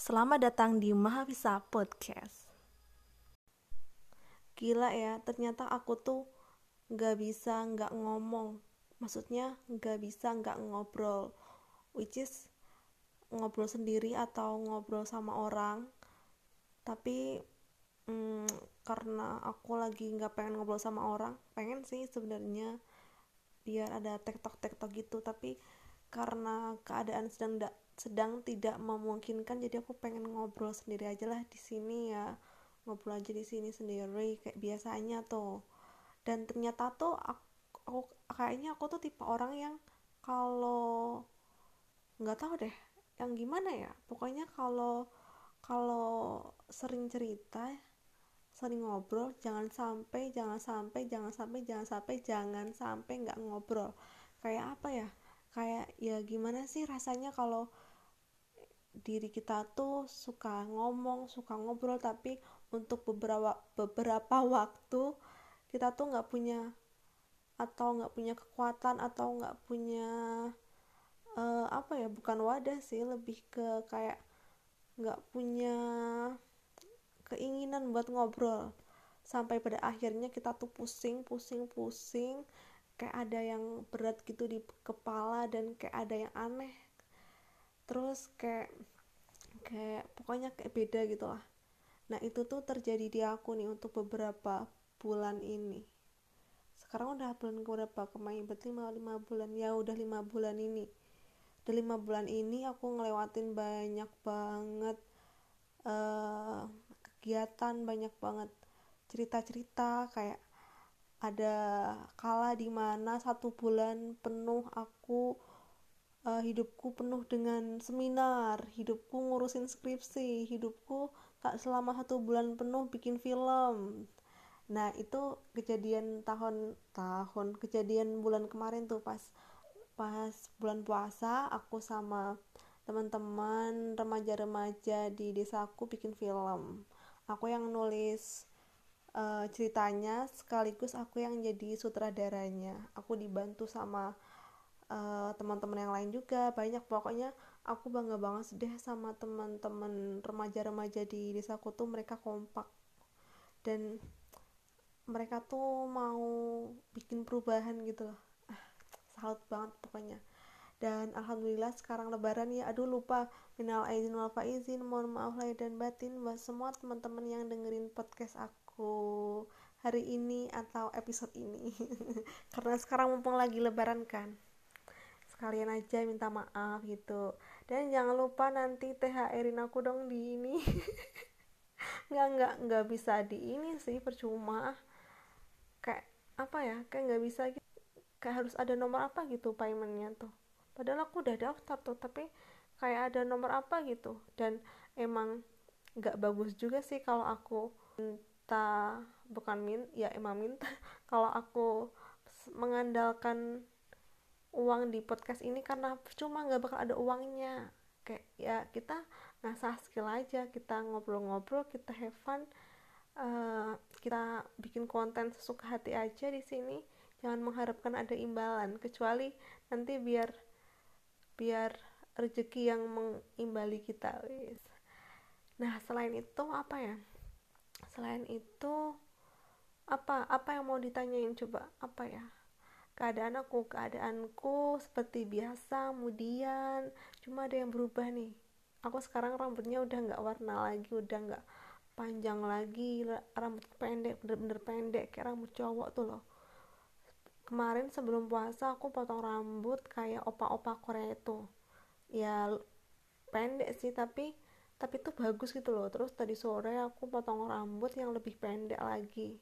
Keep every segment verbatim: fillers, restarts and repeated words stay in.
Selamat datang di Mahavisa Podcast. Gila ya, ternyata aku tuh gak bisa gak ngomong. Maksudnya gak bisa gak ngobrol. Which is ngobrol sendiri atau ngobrol sama orang. Tapi hmm, karena aku lagi gak pengen ngobrol sama orang. Pengen sih sebenarnya biar ada tektok-tektok gitu. Tapi karena keadaan sedang da- sedang tidak memungkinkan, jadi aku pengen ngobrol sendiri aja lah di sini ya, ngobrol aja di sini sendiri kayak biasanya tuh. Dan ternyata tuh aku, aku kayaknya aku tuh tipe orang yang kalau nggak tahu deh yang gimana ya, pokoknya kalau kalau sering cerita, sering ngobrol, jangan sampai jangan sampai jangan sampai jangan sampai jangan sampai nggak ngobrol. Kayak apa ya, kayak ya gimana sih rasanya kalau diri kita tuh suka ngomong, suka ngobrol, tapi untuk beberapa beberapa waktu kita tuh nggak punya atau nggak punya kekuatan atau nggak punya uh, apa ya, bukan wadah sih, lebih ke kayak nggak punya keinginan buat ngobrol, sampai pada akhirnya kita tuh pusing pusing pusing kayak ada yang berat gitu di kepala dan kayak ada yang aneh, terus kayak kayak pokoknya kayak beda gitu lah. Nah itu tuh terjadi di aku nih untuk beberapa bulan ini. Sekarang udah bulan berapa kemarin, berarti lima, lima bulan ya, udah lima bulan ini. Udah lima bulan ini aku ngelewatin banyak banget uh, kegiatan, banyak banget cerita-cerita. Kayak ada kala dimana satu bulan penuh aku uh, hidupku penuh dengan seminar, hidupku ngurusin skripsi, hidupku tak selama satu bulan penuh bikin film. Nah itu kejadian tahun tahun kejadian bulan kemarin tuh, pas pas bulan puasa aku sama teman-teman remaja-remaja di desaku bikin film. Aku yang nulis uh, ceritanya, sekaligus aku yang jadi sutradaranya. Aku dibantu sama uh, teman-teman yang lain juga, banyak. Pokoknya aku bangga banget deh sama teman-teman remaja-remaja di desaku tuh, mereka kompak dan mereka tuh mau bikin perubahan gitu loh. Ah, salut banget pokoknya. Dan alhamdulillah sekarang lebaran ya, aduh lupa, minal aizin wal faizin, mohon maaf lahir dan batin buat semua teman-teman yang dengerin podcast aku hari ini atau episode ini. Karena sekarang mumpung lagi lebaran kan, sekalian aja minta maaf gitu. Dan jangan lupa nanti T H R-in aku dong di ini. nggak nggak nggak bisa di ini sih, percuma. Kayak apa ya, kayak nggak bisa gitu, kayak harus ada nomor apa gitu paymentnya tuh, padahal aku udah daftar tuh, tapi kayak ada nomor apa gitu. Dan emang nggak bagus juga sih kalau aku minta, bukan min ya emang minta kalau aku mengandalkan uang di podcast ini, karena cuma nggak bakal ada uangnya. Kayak ya kita ngasah skill aja, kita ngobrol-ngobrol, kita have fun, uh, kita bikin konten sesuka hati aja di sini. Jangan mengharapkan ada imbalan, kecuali nanti biar biar rezeki yang mengimbali kita. Nah selain itu apa ya, selain itu apa apa yang mau ditanyain, coba apa ya. Keadaan aku, keadaanku seperti biasa, kemudian cuma ada yang berubah nih. Aku sekarang rambutnya udah nggak warna lagi, udah nggak panjang lagi, rambut pendek, bener-bener pendek kayak rambut cowok tuh loh. Kemarin sebelum puasa aku potong rambut kayak opa-opa Korea itu, ya pendek sih, tapi tapi itu bagus gitu loh. Terus tadi sore aku potong rambut yang lebih pendek lagi,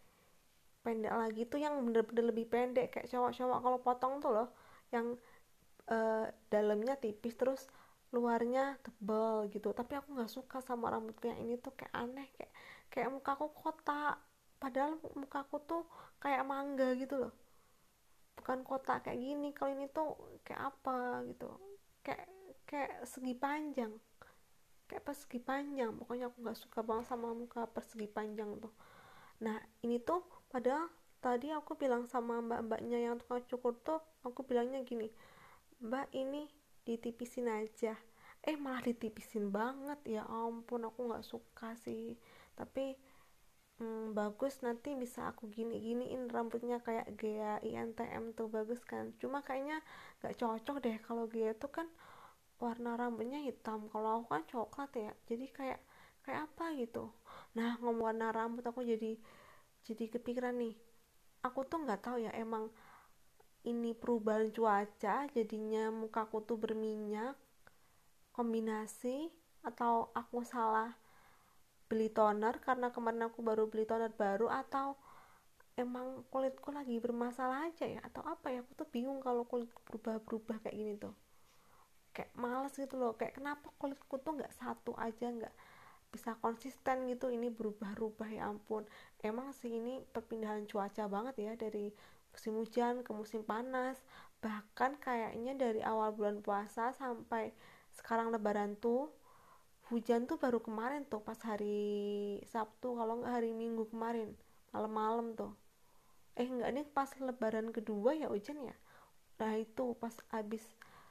pendek lagi tuh yang bener-bener lebih pendek kayak cowok-cowok kalau potong tuh loh, yang uh, dalamnya tipis terus luarnya tebal gitu. Tapi aku nggak suka sama rambutku yang ini tuh, kayak aneh, kayak kayak mukaku kotak, padahal mukaku tuh kayak mangga gitu loh, bukan kotak kayak gini. Kalau ini tuh kayak apa gitu, kayak kayak segi panjang, kayak persegi panjang. Pokoknya aku nggak suka banget sama muka persegi panjang tuh. Nah ini tuh padahal tadi aku bilang sama mbak-mbaknya yang tukang cukur tuh, aku bilangnya gini, mbak ini ditipisin aja, eh malah ditipisin banget, ya ampun aku nggak suka sih. Tapi hmm, bagus, nanti bisa aku gini-giniin rambutnya kayak Gea I N T M tuh, bagus kan. Cuma kayaknya nggak cocok deh, kalau Gea tuh kan warna rambutnya hitam, kalau aku kan coklat ya, jadi kayak kayak apa gitu. Nah, ngomong warna rambut, aku jadi jadi kepikiran nih, aku tuh nggak tahu ya, emang ini perubahan cuaca jadinya mukaku tuh berminyak kombinasi, atau aku salah beli toner karena kemarin aku baru beli toner baru, atau emang kulitku lagi bermasalah aja ya, atau apa ya. Aku tuh bingung kalau kulit berubah-berubah kayak gini tuh, kayak males gitu loh, kayak kenapa kulitku tuh nggak satu aja, nggak bisa konsisten gitu, ini berubah-ubah, ya ampun. Emang sih ini perpindahan cuaca banget ya, dari musim hujan ke musim panas, bahkan kayaknya dari awal bulan puasa sampai sekarang lebaran tuh hujan tuh baru kemarin tuh pas hari Sabtu, kalau nggak hari Minggu kemarin malam-malam tuh. Eh nggak, ini pas lebaran kedua ya hujan ya. Nah itu pas abis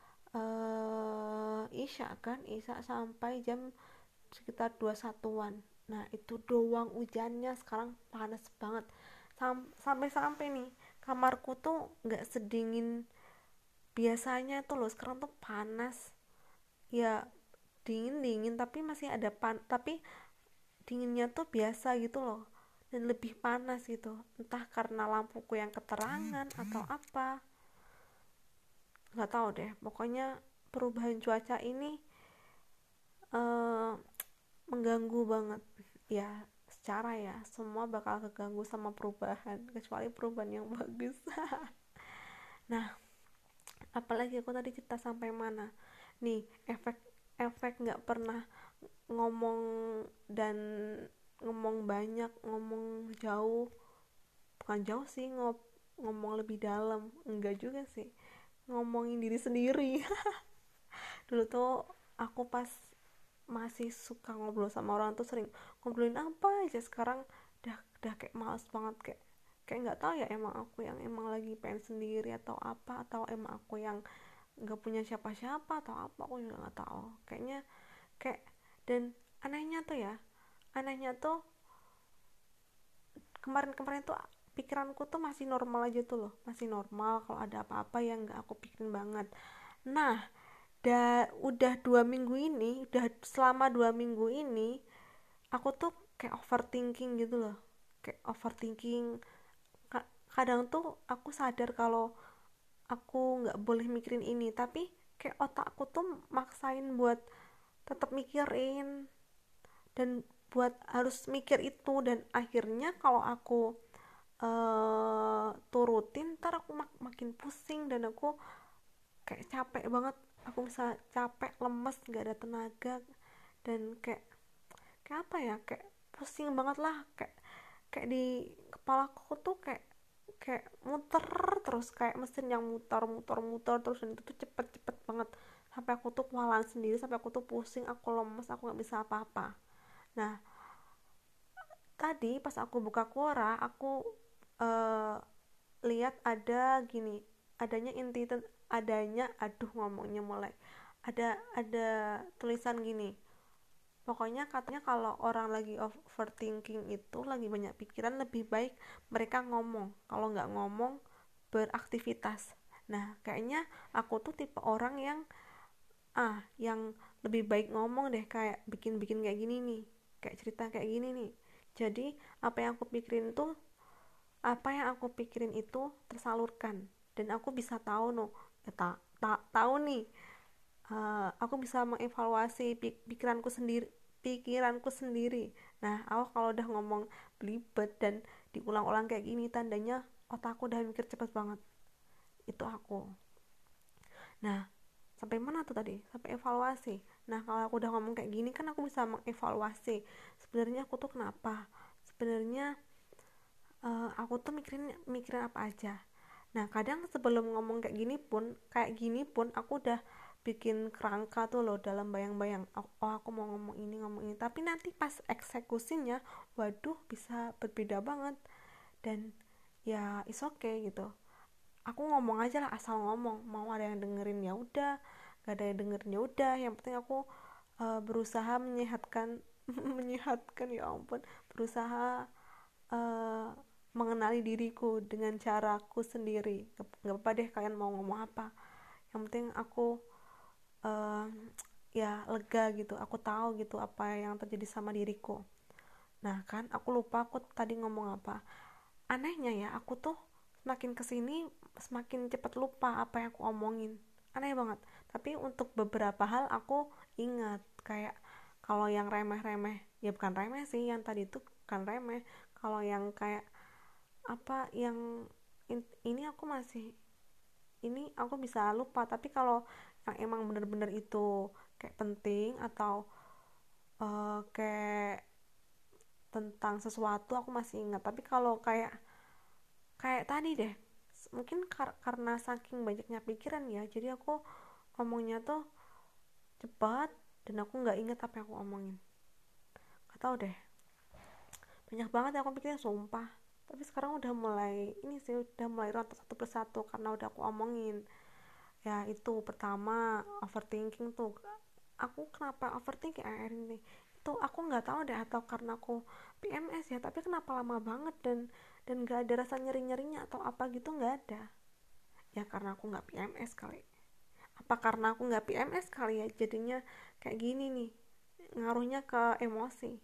uh, Isya kan, Isya sampai jam sekitar dua puluh satuan. Nah itu doang hujannya, sekarang panas banget. Sam- sampai-sampai nih kamarku tuh nggak sedingin biasanya tuh loh, sekarang tuh panas ya, dingin dingin tapi masih ada pan, tapi dinginnya tuh biasa gitu loh, dan lebih panas gitu, entah karena lampuku yang keterangan atau apa, nggak tahu deh. Pokoknya perubahan cuaca ini uh, mengganggu banget ya, secara ya semua bakal keganggu sama perubahan, kecuali perubahan yang bagus. Nah, apalagi aku tadi cerita sampai mana nih, efek efek nggak pernah ngomong, dan ngomong banyak, ngomong jauh, bukan jauh sih, ngop, ngomong lebih dalam, enggak juga sih, ngomongin diri sendiri. Dulu tuh aku pas masih suka ngobrol sama orang tuh sering ngobrolin apa aja, sekarang udah udah kayak males banget, kayak kayak nggak tahu ya, emang aku yang emang lagi pengen sendiri atau apa, atau emang aku yang nggak punya siapa-siapa atau apa, aku juga nggak tahu kayaknya. Kayak, dan anehnya tuh ya, anehnya tuh kemarin-kemarin tuh pikiranku tuh masih normal aja tuh loh, masih normal, kalau ada apa-apa yang nggak aku pikirin banget. Nah, da, udah dua minggu ini, udah selama dua minggu ini aku tuh kayak overthinking gitu loh, kayak overthinking. Kadang tuh aku sadar kalau aku nggak boleh mikirin ini, tapi kayak otakku tuh maksain buat tetap mikirin, dan buat harus mikir itu, dan akhirnya kalau aku uh, turutin, ntar aku mak- makin pusing, dan aku kayak capek banget, aku bisa capek, lemes, nggak ada tenaga, dan kayak kayak apa ya, kayak pusing banget lah, kayak kayak di kepalaku tuh kayak kayak muter terus, kayak mesin yang muter muter muter terus, dan itu tuh cepet cepet banget, sampai aku tuh kewalahan sendiri, sampai aku tuh pusing, aku lemes, aku nggak bisa apa-apa. Nah, tadi pas aku buka Quora, aku uh, lihat ada gini, adanya inti adanya aduh ngomongnya mulai ada ada tulisan gini, pokoknya katanya kalau orang lagi overthinking itu, lagi banyak pikiran, lebih baik mereka ngomong, kalau nggak ngomong beraktivitas. Nah kayaknya aku tuh tipe orang yang ah yang lebih baik ngomong deh, kayak bikin-bikin kayak gini nih, kayak cerita kayak gini nih. Jadi apa yang aku pikirin tuh, apa yang aku pikirin itu tersalurkan, dan aku bisa tahu no, ya, tak ta, tahu nih, uh, aku bisa mengevaluasi pik- pikiranku sendiri pikiranku sendiri. Nah, aku kalau udah ngomong belibet dan diulang-ulang kayak gini, tandanya otakku udah mikir cepet banget. Itu aku. Nah, sampai mana tuh tadi? Sampai evaluasi. Nah, kalau aku udah ngomong kayak gini kan aku bisa mengevaluasi. Sebenarnya aku tuh kenapa? Sebenarnya uh, aku tuh mikirin mikirin apa aja. Nah, kadang sebelum ngomong kayak gini pun, kayak gini pun aku udah bikin kerangka tuh loh dalam bayang-bayang. Oh, oh, aku mau ngomong ini, ngomong ini. Tapi nanti pas eksekusinya, waduh, bisa berbeda banget. Dan ya, is okay gitu. Aku ngomong aja lah, asal ngomong. Mau ada yang dengerin ya udah, gak ada yang dengerin. Ya udah, yang penting aku uh, berusaha menyehatkan menyehatkan ya ampun, berusaha uh, mengenali diriku dengan caraku sendiri. Gak apa-apa deh kalian mau ngomong apa, yang penting aku uh, ya lega gitu, aku tahu gitu apa yang terjadi sama diriku. Nah kan aku lupa aku tadi ngomong apa. Anehnya ya, aku tuh semakin kesini semakin cepet lupa apa yang aku omongin, aneh banget. Tapi untuk beberapa hal aku ingat, kayak kalau yang remeh-remeh, ya bukan remeh sih, yang tadi tuh bukan remeh. Kalau yang kayak apa yang ini aku masih, ini aku bisa lupa. Tapi kalau yang emang bener-bener itu kayak penting atau uh, kayak tentang sesuatu aku masih ingat. Tapi kalau kayak kayak tadi deh, mungkin kar- karena saking banyaknya pikiran ya, jadi aku ngomongnya tuh cepat dan aku nggak inget apa yang aku omongin. Gak tau deh, banyak banget yang aku pikirin sumpah. Tapi sekarang udah mulai ini sih, udah mulai rontok satu persatu karena udah aku omongin. Ya itu pertama, overthinking tuh. Aku kenapa overthinking akhir ini itu aku nggak tahu deh, atau karena aku P M S ya, tapi kenapa lama banget dan dan nggak ada rasa nyeri nyerinya atau apa gitu, nggak ada. Ya karena aku nggak P M S kali, apa karena aku nggak P M S kali ya, jadinya kayak gini nih, ngaruhnya ke emosi.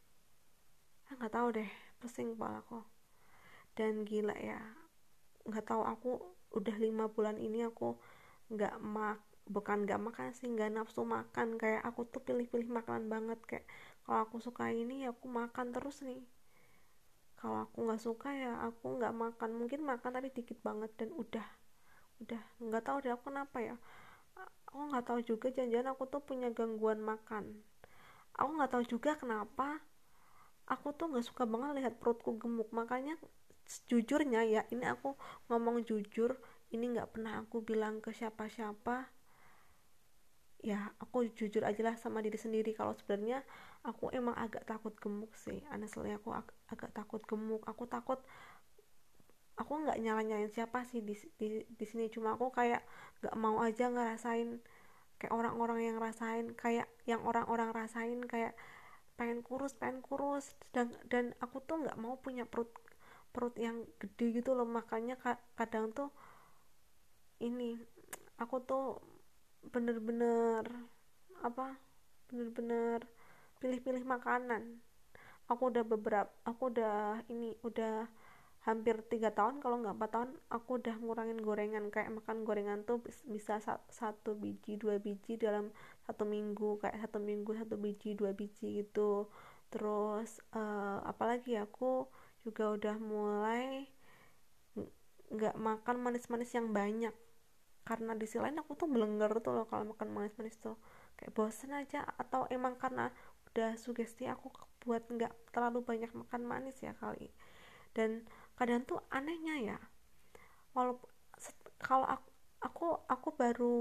Ah, nggak tahu deh, pusing kepalaku. Dan gila ya, nggak tahu, aku udah lima bulan ini aku nggak mak bukan nggak makan sih, nggak nafsu makan. Kayak aku tuh pilih-pilih makanan banget, kayak kalau aku suka ini ya aku makan terus nih, kalau aku nggak suka ya aku nggak makan. Mungkin makan tapi dikit banget dan udah udah nggak tahu deh aku kenapa ya. Aku nggak tahu juga, jangan-jangan aku tuh punya gangguan makan. Aku nggak tahu juga kenapa aku tuh nggak suka banget lihat perutku gemuk. Makanya jujurnya ya, ini aku ngomong jujur, ini nggak pernah aku bilang ke siapa-siapa. Ya aku jujur aja lah sama diri sendiri, kalau sebenarnya aku emang agak takut gemuk sih. Honestly aku ag- agak takut gemuk. Aku takut, aku nggak nyala-nyalain siapa sih di, di di sini, cuma aku kayak nggak mau aja ngerasain kayak orang-orang yang rasain, kayak yang orang-orang rasain, kayak pengen kurus pengen kurus dan dan aku tuh nggak mau punya perut perut yang gede gitu loh. Makanya kadang tuh ini aku tuh bener-bener apa bener-bener pilih-pilih makanan. Aku udah beberapa aku udah ini udah hampir tiga tahun kalau nggak empat tahun aku udah ngurangin gorengan. Kayak makan gorengan tuh bisa satu biji dua biji dalam satu minggu, kayak satu minggu satu biji dua biji gitu. Terus uh, apalagi ya, aku juga udah mulai nggak makan manis-manis yang banyak, karena di sisi lain aku tuh belenger tuh loh kalau makan manis-manis tuh, kayak bosen aja. Atau emang karena udah sugesti aku buat nggak terlalu banyak makan manis ya kali. Dan kadang tuh anehnya ya, walaupun kalau aku aku aku baru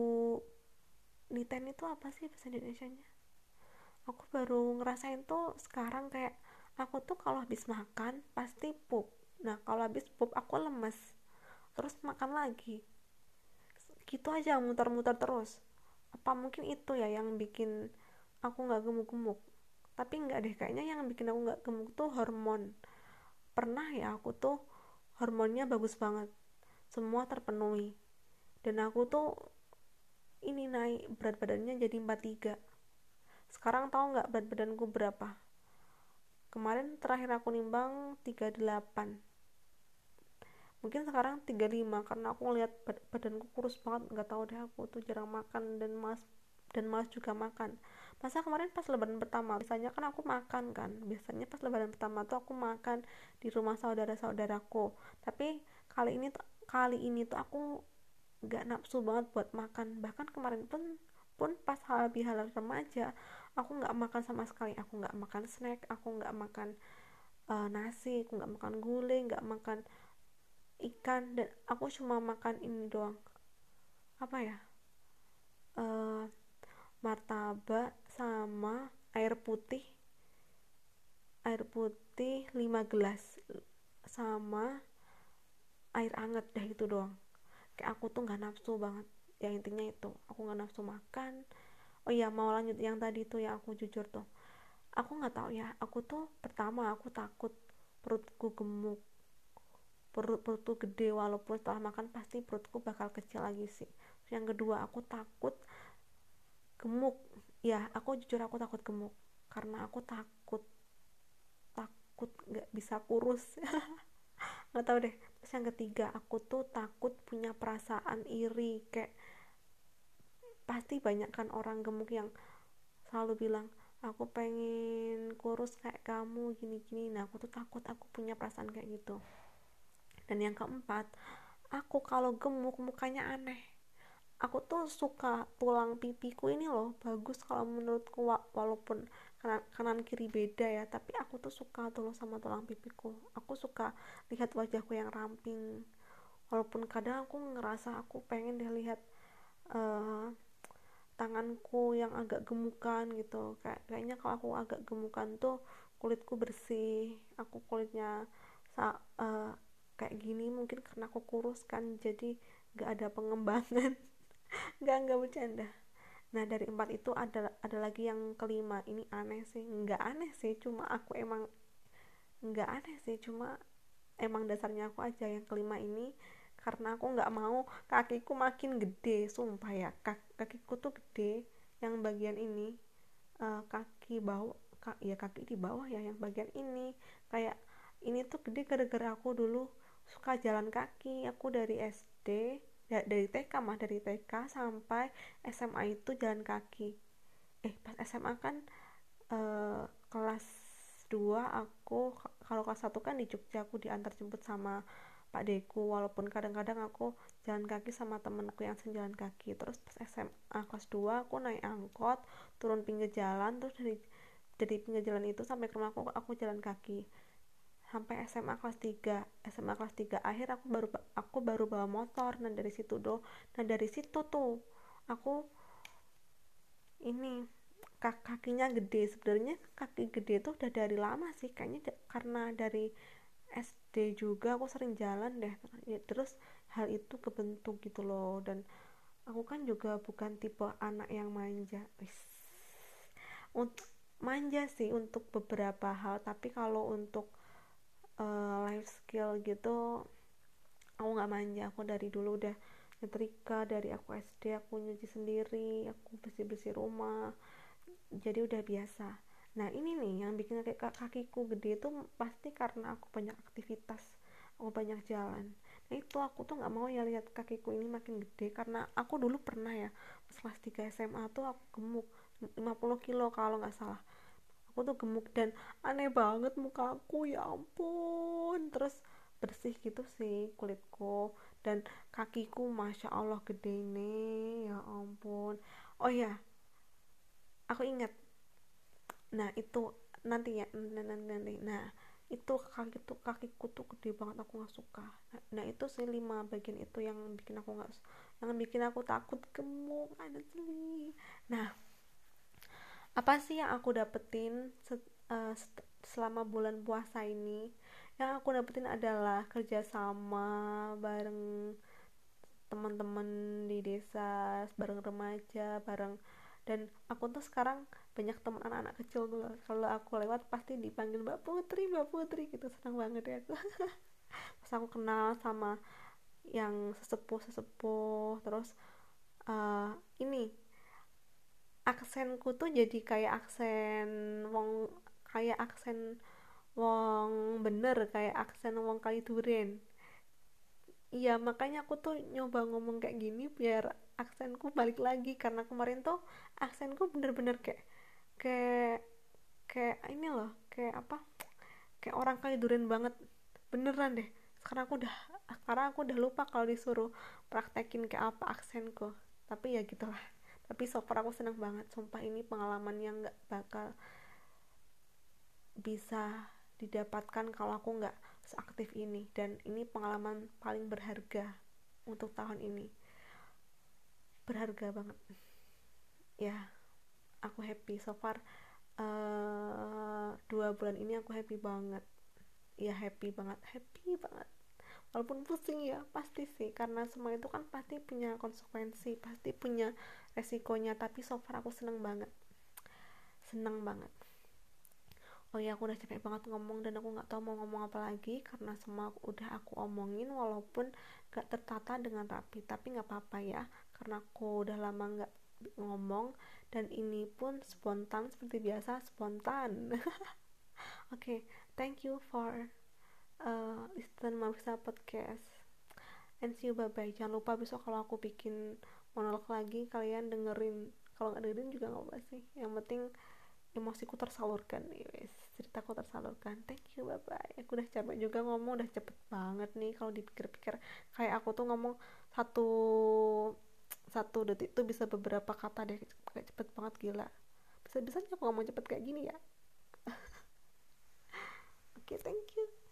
niten itu apa sih bahasa Indonesianya, aku baru ngerasain tuh sekarang, kayak aku tuh kalau habis makan pasti pup. Nah kalau habis pup aku lemes, terus makan lagi, gitu aja muter-muter terus. Apa mungkin itu ya yang bikin aku nggak gemuk-gemuk? Tapi nggak deh, kayaknya yang bikin aku nggak gemuk tuh hormon. Pernah ya aku tuh hormonnya bagus banget, semua terpenuhi, dan aku tuh ini naik berat badannya jadi empat puluh tiga. Sekarang tahu nggak berat badanku berapa? Kemarin terakhir aku nimbang tiga puluh delapan. Mungkin sekarang tiga puluh lima karena aku ngeliat badanku kurus banget. Nggak tahu deh, aku tuh jarang makan dan malas dan malas juga makan. Masa kemarin pas lebaran pertama, biasanya kan aku makan kan, biasanya pas lebaran pertama tuh aku makan di rumah saudara-saudaraku. Tapi kali ini tuh kali ini tuh aku nggak nafsu banget buat makan. Bahkan kemarin pun pun pas halal bihalal remaja aku nggak makan sama sekali. Aku nggak makan snack, aku nggak makan uh, nasi, aku nggak makan gulai, nggak makan ikan, dan aku cuma makan ini doang, apa ya, uh, martabak sama air putih air putih lima gelas sama air anget, dah itu doang. Kayak aku tuh nggak nafsu banget. ya intinya itu aku nggak nafsu makan. Oh iya, mau lanjut yang tadi tuh yang aku jujur tuh, aku nggak tahu ya, aku tuh pertama aku takut perutku gemuk, perut perutku gede, walaupun setelah makan pasti perutku bakal kecil lagi sih. Yang kedua aku takut gemuk, ya aku jujur aku takut gemuk karena aku takut takut nggak bisa kurus. Nggak tahu deh. Terus yang ketiga aku tuh takut punya perasaan iri, kayak pasti banyak kan orang gemuk yang selalu bilang aku pengen kurus kayak kamu gini-gini. Nah aku tuh takut aku punya perasaan kayak gitu. Dan yang keempat, aku kalau gemuk mukanya aneh. Aku tuh suka tulang pipiku ini loh, bagus kalau menurutku, walaupun kanan, kanan kiri beda ya, tapi aku tuh suka tuh loh sama tulang pipiku. Aku suka lihat wajahku yang ramping, walaupun kadang aku ngerasa aku pengen deh lihat uh, tanganku yang agak gemukan gitu. Kayak kayaknya kalau aku agak gemukan tuh kulitku bersih, aku kulitnya sa- uh, kayak gini mungkin karena aku kurus kan, jadi gak ada pengembangan. nggak nggak bercanda. Nah dari empat itu ada ada lagi yang kelima, ini aneh sih, nggak aneh sih, cuma aku emang nggak aneh sih, cuma emang dasarnya aku aja yang kelima ini, karena aku nggak mau kakiku makin gede, sumpah ya, kakiku tuh gede yang bagian ini, uh, kaki bawah, kak, ya kaki di bawah ya, yang bagian ini kayak ini tuh gede gara-gara aku dulu suka jalan kaki. Aku dari S D, dari T K mah, dari T K sampai S M A itu jalan kaki. Eh pas S M A kan uh, kelas dua aku, kalau kelas satu kan di Jogja, aku diantar jemput sama Pak Deku, walaupun kadang-kadang aku jalan kaki sama temenku yang sejalan kaki. Terus pas S M A kelas dua aku naik angkot turun pinggir jalan, terus dari dari pinggir jalan itu sampai ke rumahku aku jalan kaki sampai S M A kelas tiga. S M A kelas tiga akhir aku baru aku baru bawa motor. Nah dari situ doh nah dari situ tuh aku ini kakinya gede. Sebenarnya kaki gede tuh udah dari lama sih kayaknya, karena dari S D juga aku sering jalan deh, terus hal itu kebentuk gitu loh. Dan aku kan juga bukan tipe anak yang manja. Wis, untuk manja sih untuk beberapa hal, tapi kalau untuk uh, life skill gitu aku nggak manja. Aku dari dulu udah nyetrika, dari aku S D aku nyuci sendiri, aku bersih-bersih rumah, jadi udah biasa. Nah ini nih yang bikin kaki kakiku gede itu pasti karena aku banyak aktivitas, aku banyak jalan. Nah itu aku tuh nggak mau ya lihat kakiku ini makin gede, karena aku dulu pernah ya pas kelas tiga S M A tuh aku gemuk lima puluh kilo kalau nggak salah. Aku tuh gemuk dan aneh banget mukaku, ya ampun. Terus bersih gitu sih kulitku, dan kakiku masya Allah gede nih, ya ampun. Oh ya, aku ingat. Nah itu nanti ya, nanti nanti. Nah itu kaki tuh kakiku tuh gede banget, aku nggak suka. Nah, nah itu sih lima bagian itu yang bikin aku nggak, yang bikin aku takut gemuk, honestly. Nah apa sih yang aku dapetin set, uh, set, selama bulan puasa ini? Yang aku dapetin adalah kerjasama bareng teman-teman di desa, bareng remaja, bareng, dan aku tuh sekarang banyak teman anak-anak kecil tuh, kalau aku lewat pasti dipanggil Mbak Putri, Mbak Putri gitu, senang banget ya aku. Terus aku kenal sama yang sesepuh-sesepuh, terus uh, ini aksenku tuh jadi kayak aksen wong, kayak aksen wong bener, kayak aksen wong kali duren. Iya makanya aku tuh nyoba ngomong kayak gini biar aksenku balik lagi, karena kemarin tuh aksenku bener-bener kayak kayak kayak ini loh, kayak apa, kayak orang kali duren banget, beneran deh. Sekarang aku udah sekarang aku udah lupa kalau disuruh praktekin kayak apa aksenku, tapi ya gitulah. Tapi so far aku seneng banget, sumpah ini pengalaman yang gak bakal bisa didapatkan kalau aku nggak seaktif ini, dan ini pengalaman paling berharga untuk tahun ini, berharga banget ya. Aku happy so far, uh, dua bulan ini aku happy banget ya, happy banget, happy banget. walaupun pusing ya pasti sih, karena semua itu kan pasti punya konsekuensi, pasti punya resikonya, tapi so far aku seneng banget, seneng banget. Oh ya, aku udah capek banget ngomong dan aku nggak tahu mau ngomong apa lagi karena semua udah aku omongin, walaupun gak tertata dengan rapi, tapi nggak apa-apa ya karena aku udah lama nggak ngomong dan ini pun spontan seperti biasa, spontan. Oke, okay, thank you for uh, listen Mawisa podcast and see you, bye bye. Jangan lupa besok kalau aku bikin monolog lagi kalian dengerin, kalau nggak dengerin juga nggak apa sih, yang penting emosiku tersalurkan nih, wes ceritaku tersalurkan. Thank you, bye bye. Aku udah capek juga ngomong, udah cepet banget nih kalau dipikir-pikir, kayak aku tuh ngomong satu satu detik tuh bisa beberapa kata deh, kayak cepet banget, gila. Bisa-bisanya aku ngomong cepet kayak gini ya. Oke, okay, thank you.